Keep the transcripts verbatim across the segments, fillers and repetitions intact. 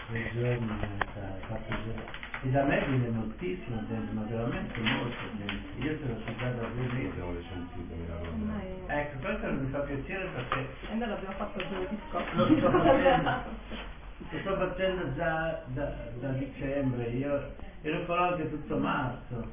tre giorni, quattro giorni. E da me viene moltissima gente, ma veramente molta gente. Io te l'ho citata a due mesi. Abbiamo risentito, mi raccomando. Ecco, questo mi fa piacere perché... E noi l'abbiamo fatto giovedì scorso. Lo sto facendo, lo sto facendo già da, da dicembre, io e lo farò anche tutto marzo.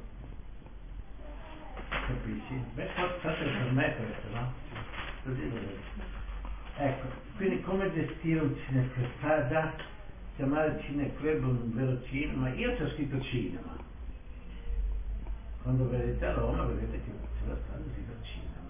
Capisci? Beh, forse per me questo, no? Così lo vedo. Ecco, quindi come gestire un cineclub? Già chiamare il cineclub un vero cinema? Io ci ho scritto cinema. Quando vedete a Roma vedete che sulla strada si scritto cinema.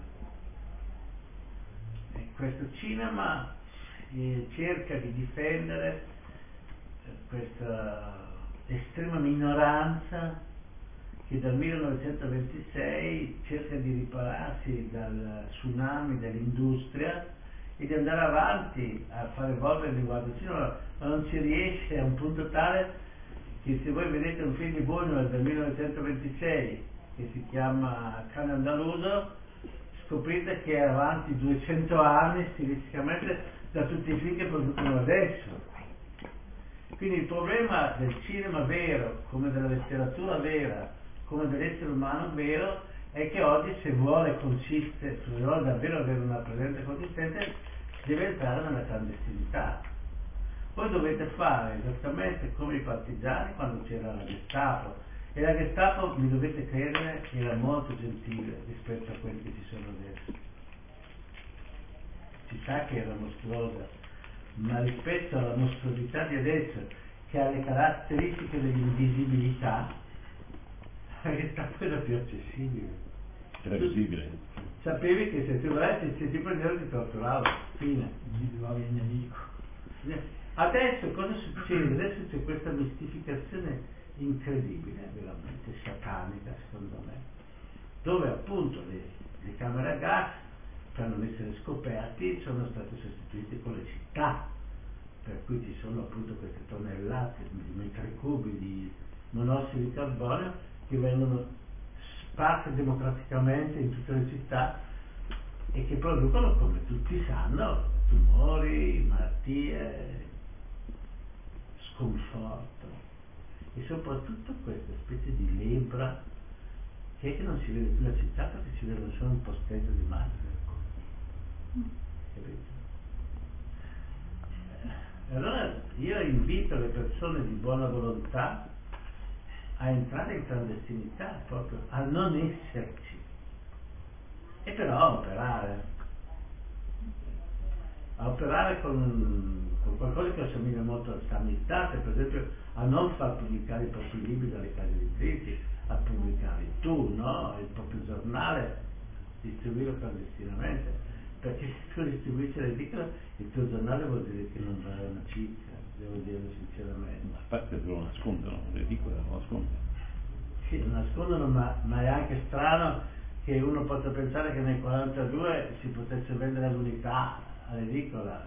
E questo cinema eh, cerca di difendere eh, questa estrema minoranza che dal millenovecentoventisei cerca di ripararsi dal tsunami dell'industria e di andare avanti a fare evolvere il linguaggio cinema, ma non ci riesce a un punto tale che se voi vedete un film di Buñuel del millenovecentoventisei che si chiama Cane Andaluso, scoprite che è avanti duecento anni stilisticamente da tutti i film che producono adesso. Quindi il problema del cinema vero, come della letteratura vera, come dell'essere umano vero, è che oggi se vuole consiste, se vuole davvero avere una presenza consistente, deve entrare nella clandestinità. Voi dovete fare esattamente come i partigiani quando c'era la Gestapo, e la Gestapo, mi dovete credere, era molto gentile rispetto a quelli che ci sono adesso. Si sa che era mostruosa, ma rispetto alla mostruosità di adesso, che ha le caratteristiche dell'invisibilità, la Gestapo era più accessibile. Era visibile. Sapevi che se tu volessi, se ti prendevano ti torturavano, fine. Individuavi il nemico. Adesso cosa succede? Adesso c'è questa mistificazione incredibile, veramente satanica secondo me, dove appunto le, le camere a gas, per non essere scoperti, sono state sostituite con le città, per cui ci sono appunto queste tonnellate di metri cubi di monossido di carbonio che vengono sparse democraticamente in tutte le città e che producono, come tutti sanno, tumori, malattie, sconforto e soprattutto questa specie di lebbra che è che non si vede più la città perché si vedono solo un posteggio di mare. Capito? Allora io invito le persone di buona volontà a entrare in clandestinità, proprio a non esserci e però a operare a operare con, con qualcosa che assomiglia molto al sanità, per esempio a non far pubblicare i propri libri dalle case editrici, a pubblicarli tu, no? Il proprio giornale, distribuirlo clandestinamente, perché se tu distribuisci l'edicola il tuo giornale vuol dire che non vale una cicca, devo dirlo sinceramente. Ma a parte che lo nascondono, l'edicola lo nascondono. Sì, lo nascondono, ma, ma è anche strano che uno possa pensare che nel quarantadue si potesse vendere l'unità all'edicola,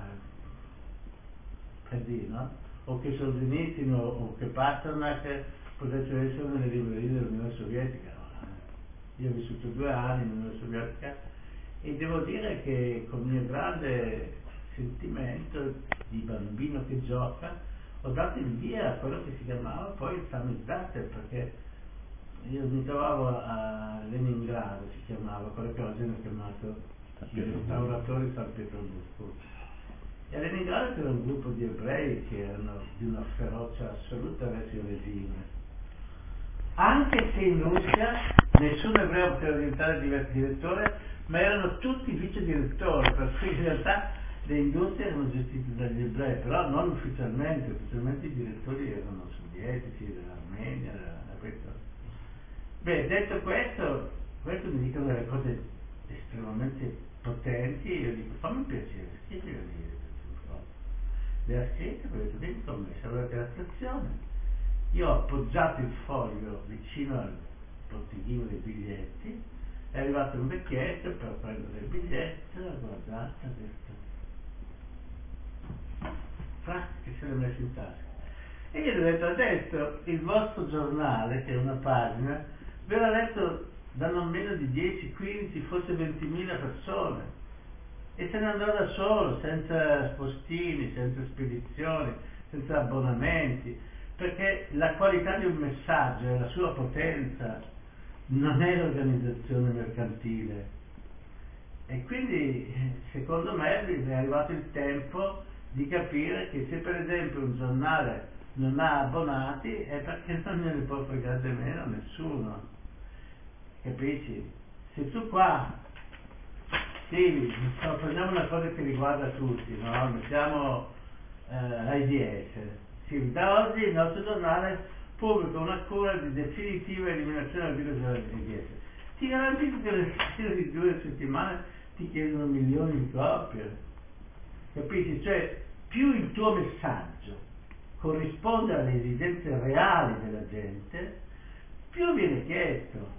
per dire, no? O che Solzhenitsyn o, o che Pasternak potessero essere nelle librerie dell'Unione Sovietica. Io ho vissuto due anni nell'Unione Sovietica e devo dire che con mio grande sentimento di bambino che gioca ho dato il via a quello che si chiamava poi il samizdat, perché io mi trovavo a Leningrado, si chiamava, quello che oggi hanno chiamato i restauratori San Pietroburgo. E a Leningrado c'era un gruppo di ebrei che erano di una ferocia assoluta verso il regime. Anche se in Russia nessun ebreo poteva diventare direttore, ma erano tutti vice direttori, per cui in realtà le industrie erano gestite dagli ebrei, però non ufficialmente, ufficialmente i direttori erano sovietici, dell'Armenia, da questo. Beh, detto questo, questo mi dicono delle cose estremamente potenti, io dico fammi piacere, scrivimi queste cose. Le ha scritte, poi ho detto vieni con me, salvate la stazione. Io ho appoggiato il foglio vicino al botteghino dei biglietti, è arrivato un vecchietto per prendere il biglietto, ha guardato, ha detto fra che se l'è messo in tasca. E io gli ho detto adesso il vostro giornale, che è una pagina, verrà letto da non meno di dieci, quindici, forse ventimila persone e se ne andrà da solo, senza postini, senza spedizioni, senza abbonamenti, perché la qualità di un messaggio e la sua potenza non è l'organizzazione mercantile. E quindi secondo me è arrivato il tempo di capire che se per esempio un giornale non ha abbonati è perché non gliene può fregare di meno nessuno, capisci? Se tu qua scrivi, so, prendiamo una cosa che riguarda tutti, no? Mettiamo eh, AIDS, sì, da oggi il nostro giornale pubblica una cura di definitiva eliminazione del virus dell'AIDS. Ti garantisco che nel giro di due settimane ti chiedono milioni di copie, capisci? Cioè più il tuo messaggio corrisponde alle esigenze reali della gente, più viene chiesto.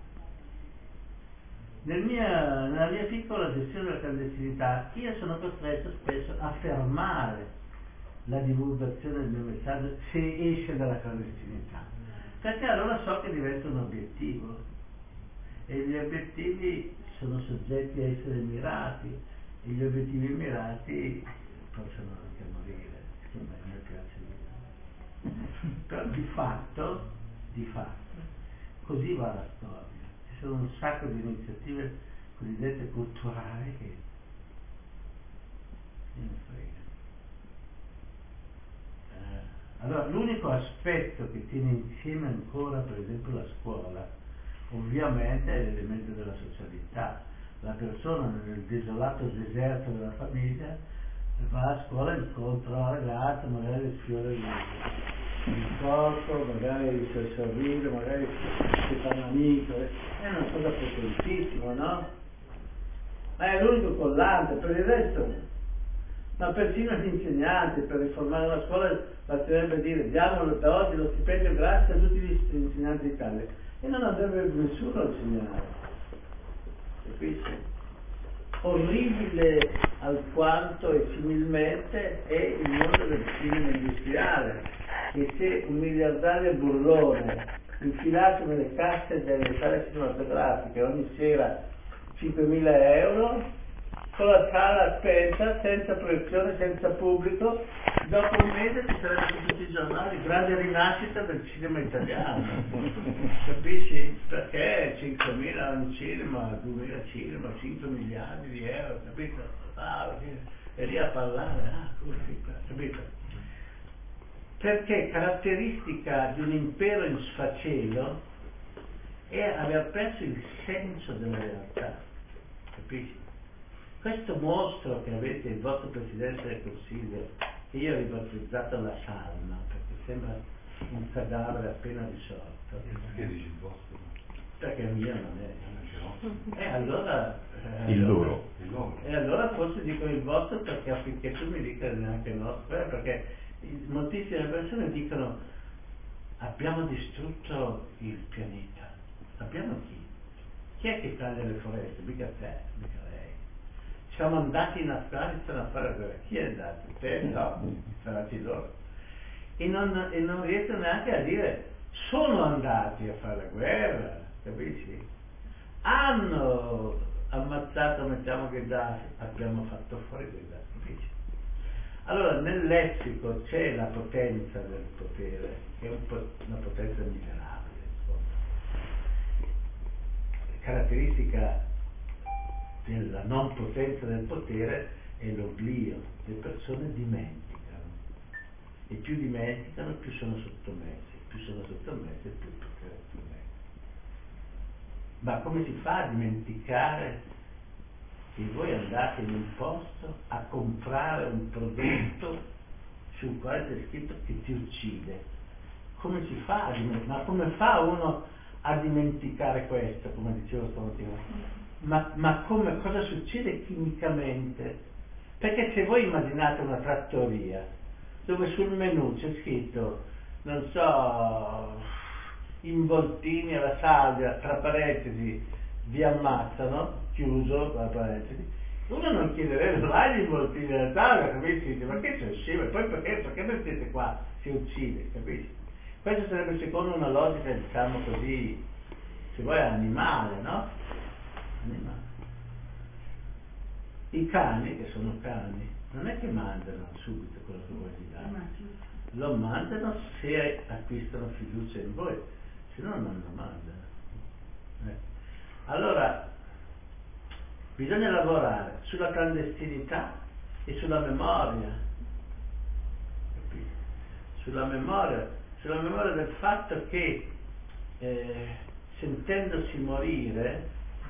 Nel mia, nella mia piccola gestione della clandestinità io sono costretto spesso a fermare la divulgazione del mio messaggio se esce dalla clandestinità, perché allora so che diventa un obiettivo e gli obiettivi sono soggetti a essere mirati e gli obiettivi mirati possono anche morire, insomma a me piace dire. Però di fatto, di fatto, così va la storia. Ci sono un sacco di iniziative cosiddette culturali che se ne frega. Eh, allora l'unico aspetto che tiene insieme ancora per esempio la scuola ovviamente è l'elemento della socialità. La persona nel desolato deserto della famiglia va a scuola, incontra la ragazza, magari sfiora il, il corpo, magari si sorride, magari si fa un amico, è una cosa potentissima, no? Ma è l'unico collante, per il resto, ma persino gli insegnanti per riformare una scuola basterebbe dire diamo da oggi lo stipendio gratis a tutti gli insegnanti d'Italia e non andrebbe nessuno a insegnare, capisci? Orribile alquanto e similmente è il mondo del cinema industriale, che se un miliardario burlone infilasse nelle casse delle sale cinematografiche ogni sera cinquemila euro con la sala spenta, senza proiezione, senza pubblico, dopo un mese ci sarebbe su tutti i giornali grande rinascita del cinema italiano, capisci? Perché cinquemila un cinema, duemila cinema, cinque miliardi di euro, capito? Ah, e lì a parlare, ah, come si fa, capito? Perché caratteristica di un impero in sfacelo è aver perso il senso della realtà, capisci? Questo mostro che avete, il vostro Presidente del Consiglio, che io ho ribattezzato la salma, perché sembra un cadavere appena risorto. Perché dici il vostro? Perché il mio non è. E allora... Eh, Il allora, loro. Il loro. E allora forse dico il vostro perché affinché tu mi dica neanche il nostro, eh, perché moltissime persone dicono abbiamo distrutto il pianeta. Abbiamo chi? Chi è che taglia le foreste? Mica te, mica lei. Siamo andati in Afghanistan a fare la guerra. Chi è andato? Te? No, sarati loro. E non, e non riescono neanche a dire sono andati a fare la guerra, capisci? Hanno ammazzato, mettiamo che da abbiamo fatto fuori Gheddafi, capisci? Allora nel lessico c'è la potenza del potere, che è un po' una potenza miserabile, insomma. Caratteristica della non potenza del potere è l'oblio. Le persone dimenticano e più dimenticano più sono sottomessi, più sono sottomessi più il potere è. Ma come si fa a dimenticare che voi andate in un posto a comprare un prodotto sul quale c'è scritto che ti uccide? Come si fa a dimenticare? Ma come fa uno a dimenticare questo, come dicevo stamattina? Ma, ma come, cosa succede chimicamente? Perché se voi immaginate una trattoria dove sul menù c'è scritto, non so, involtini alla salvia, tra parentesi, vi ammazzano, chiuso, tra parentesi, uno non chiederebbe mai gli involtini alla salvia, capisci? Ma che c'è scemo? E poi perché, perché mettete qua? Si uccide, capisci? Questo sarebbe secondo una logica, diciamo così, se vuoi animale, no? Animale. I cani, che sono cani, non è che mandano subito quello che voi gli date, lo mandano se acquistano fiducia in voi, se no non lo mandano. Eh. Allora bisogna lavorare sulla clandestinità e sulla memoria, capito? Sulla memoria, sulla memoria del fatto che eh, sentendosi morire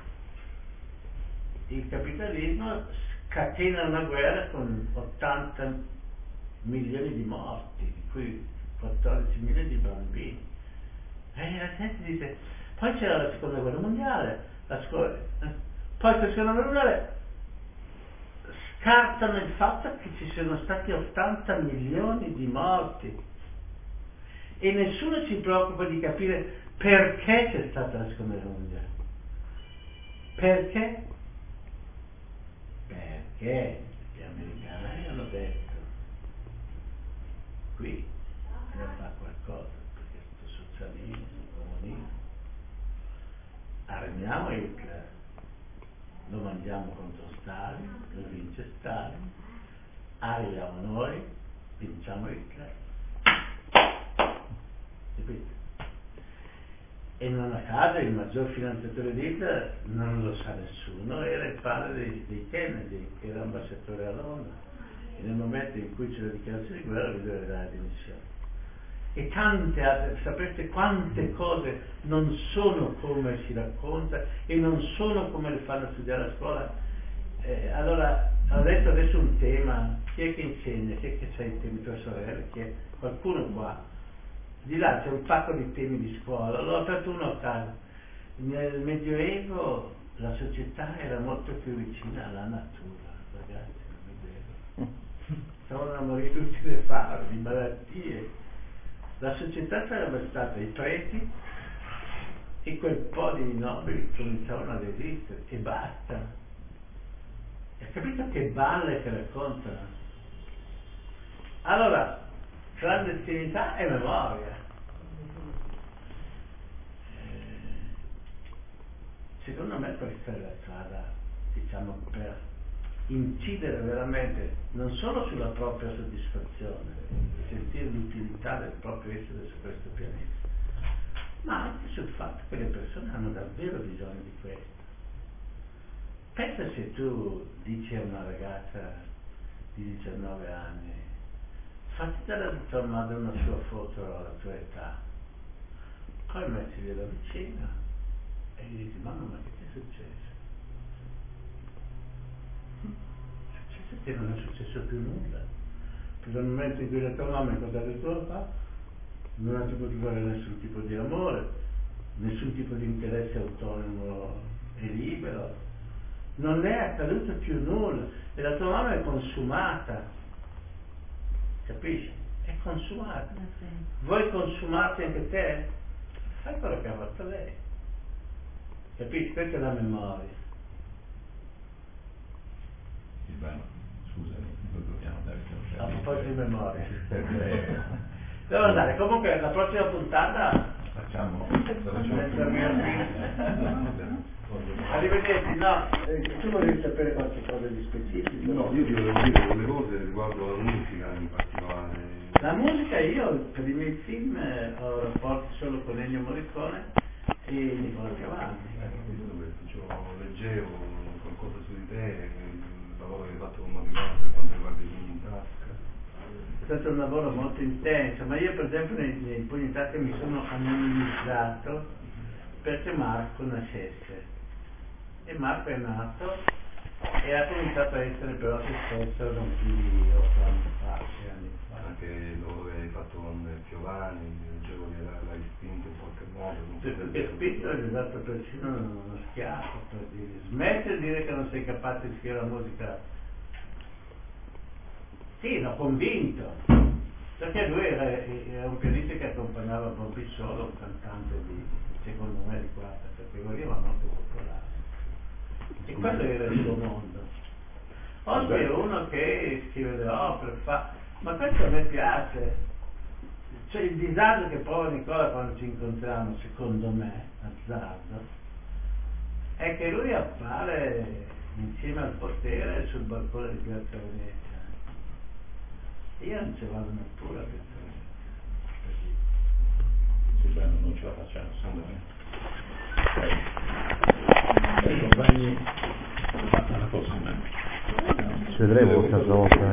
il capitalismo scatena una guerra con ottanta milioni di morti, di cui quattordici milioni di bambini. E la gente dice, poi c'era la seconda guerra mondiale, la scuola, eh? Poi la seconda guerra mondiale scartano il fatto che ci sono stati ottanta milioni di morti e nessuno si preoccupa di capire perché c'è stata la seconda guerra mondiale. Perché? Perché gli americani hanno detto qui bisogna fare qualcosa perché questo socialismo, comunismo, armiamo Hitler, lo mandiamo contro Stalin, lo vince Stalin, arriviamo noi, vinciamo Hitler, capite? E non a caso il maggior finanziatore di Hitler, non lo sa nessuno, era il padre dei, dei Kennedy, che era ambasciatore a Londra, e nel momento in cui c'è la dichiarazione di guerra lui deve dare dimissioni. E tante altre, sapete quante cose non sono come si racconta e non sono come le fanno studiare a scuola. Eh, allora ho detto adesso un tema, chi è che insegna, chi è che sa i temi, tua sorella, chi è? Qualcuno qua? Di là c'è un pacco di temi di scuola, l'ho aperto uno a caso. Nel Medioevo la società era molto più vicina alla natura, ragazzi, nel Medioevo. Stavano a morire tutti le fame, di malattie. La società sarebbe stata i preti e quel po' di nobili cominciavano ad esistere e basta. Hai capito che balle che raccontano? Allora, clandestinità e memoria. Eh, secondo me questa è la strada, diciamo, per incidere veramente non solo sulla propria soddisfazione, sentire l'utilità del proprio essere su questo pianeta, ma anche sul fatto che le persone hanno davvero bisogno di questo. Pensa se tu dici a una ragazza di diciannove anni, fatti dare da tua madre una sua foto alla tua età, poi mettigliela vicino e gli dici, mamma, ma che ti è successo? Successo che non è successo più nulla, perché nel momento in cui la tua mamma ha incontrato il tuo papà non ha più potuto avere nessun tipo di amore, nessun tipo di interesse autonomo e libero, non è accaduto più nulla e la tua mamma è consumata, capisci? È consumata. Voi consumate anche te? Fai quello che ha fatto lei, capisci? Questa è la memoria. Silvano, scusami, noi dobbiamo andare a proposito di memoria. Devo andare, comunque la prossima puntata facciamo arrivederci. No, eh, tu volevi sapere qualche cosa di specifico? No, io ti volevo dire delle cose riguardo la musica in particolare. La musica, io per i miei film eh, ho rapporti solo con Ennio Morricone e Nicola Cavalli. Ecco, questo, cioè, leggevo qualcosa su di te, il lavoro che hai fatto con Morricone per quanto riguarda i pugni in tasca. È stato un lavoro molto intenso, ma io per esempio nei, nei pugni in tasca mi sono anonimizzato perché Marco nascesse. E Marco è nato e ha cominciato a essere però se stesso non più di otto anni fa, sei anni fa. Anche il lavoro che hai fatto con Piovani, leggevo che l'hai spinto in qualche modo. Perché spinto gli ho dato persino uno schiaffo per dire smetti di dire che non sei capace di scrivere la musica. Sì, l'ho convinto, perché lui era, era un pianista che accompagnava Bobby Solo, un cantante di, secondo me, di quarta categoria, ma molto popolare. E quello era il suo mondo. Oggi è uno che scrive le opere, fa, ma questo a me piace. Cioè il disagio che prova Nicola quando ci incontriamo, secondo me, azzardo, è che lui appare insieme al potere sul balcone di Piazza Venezia. via non ci vado neppure. Sì, beh, non ce la facciamo, secondo me. Dai, compagni, alla prossima. Ci vedremo qualche altra volta.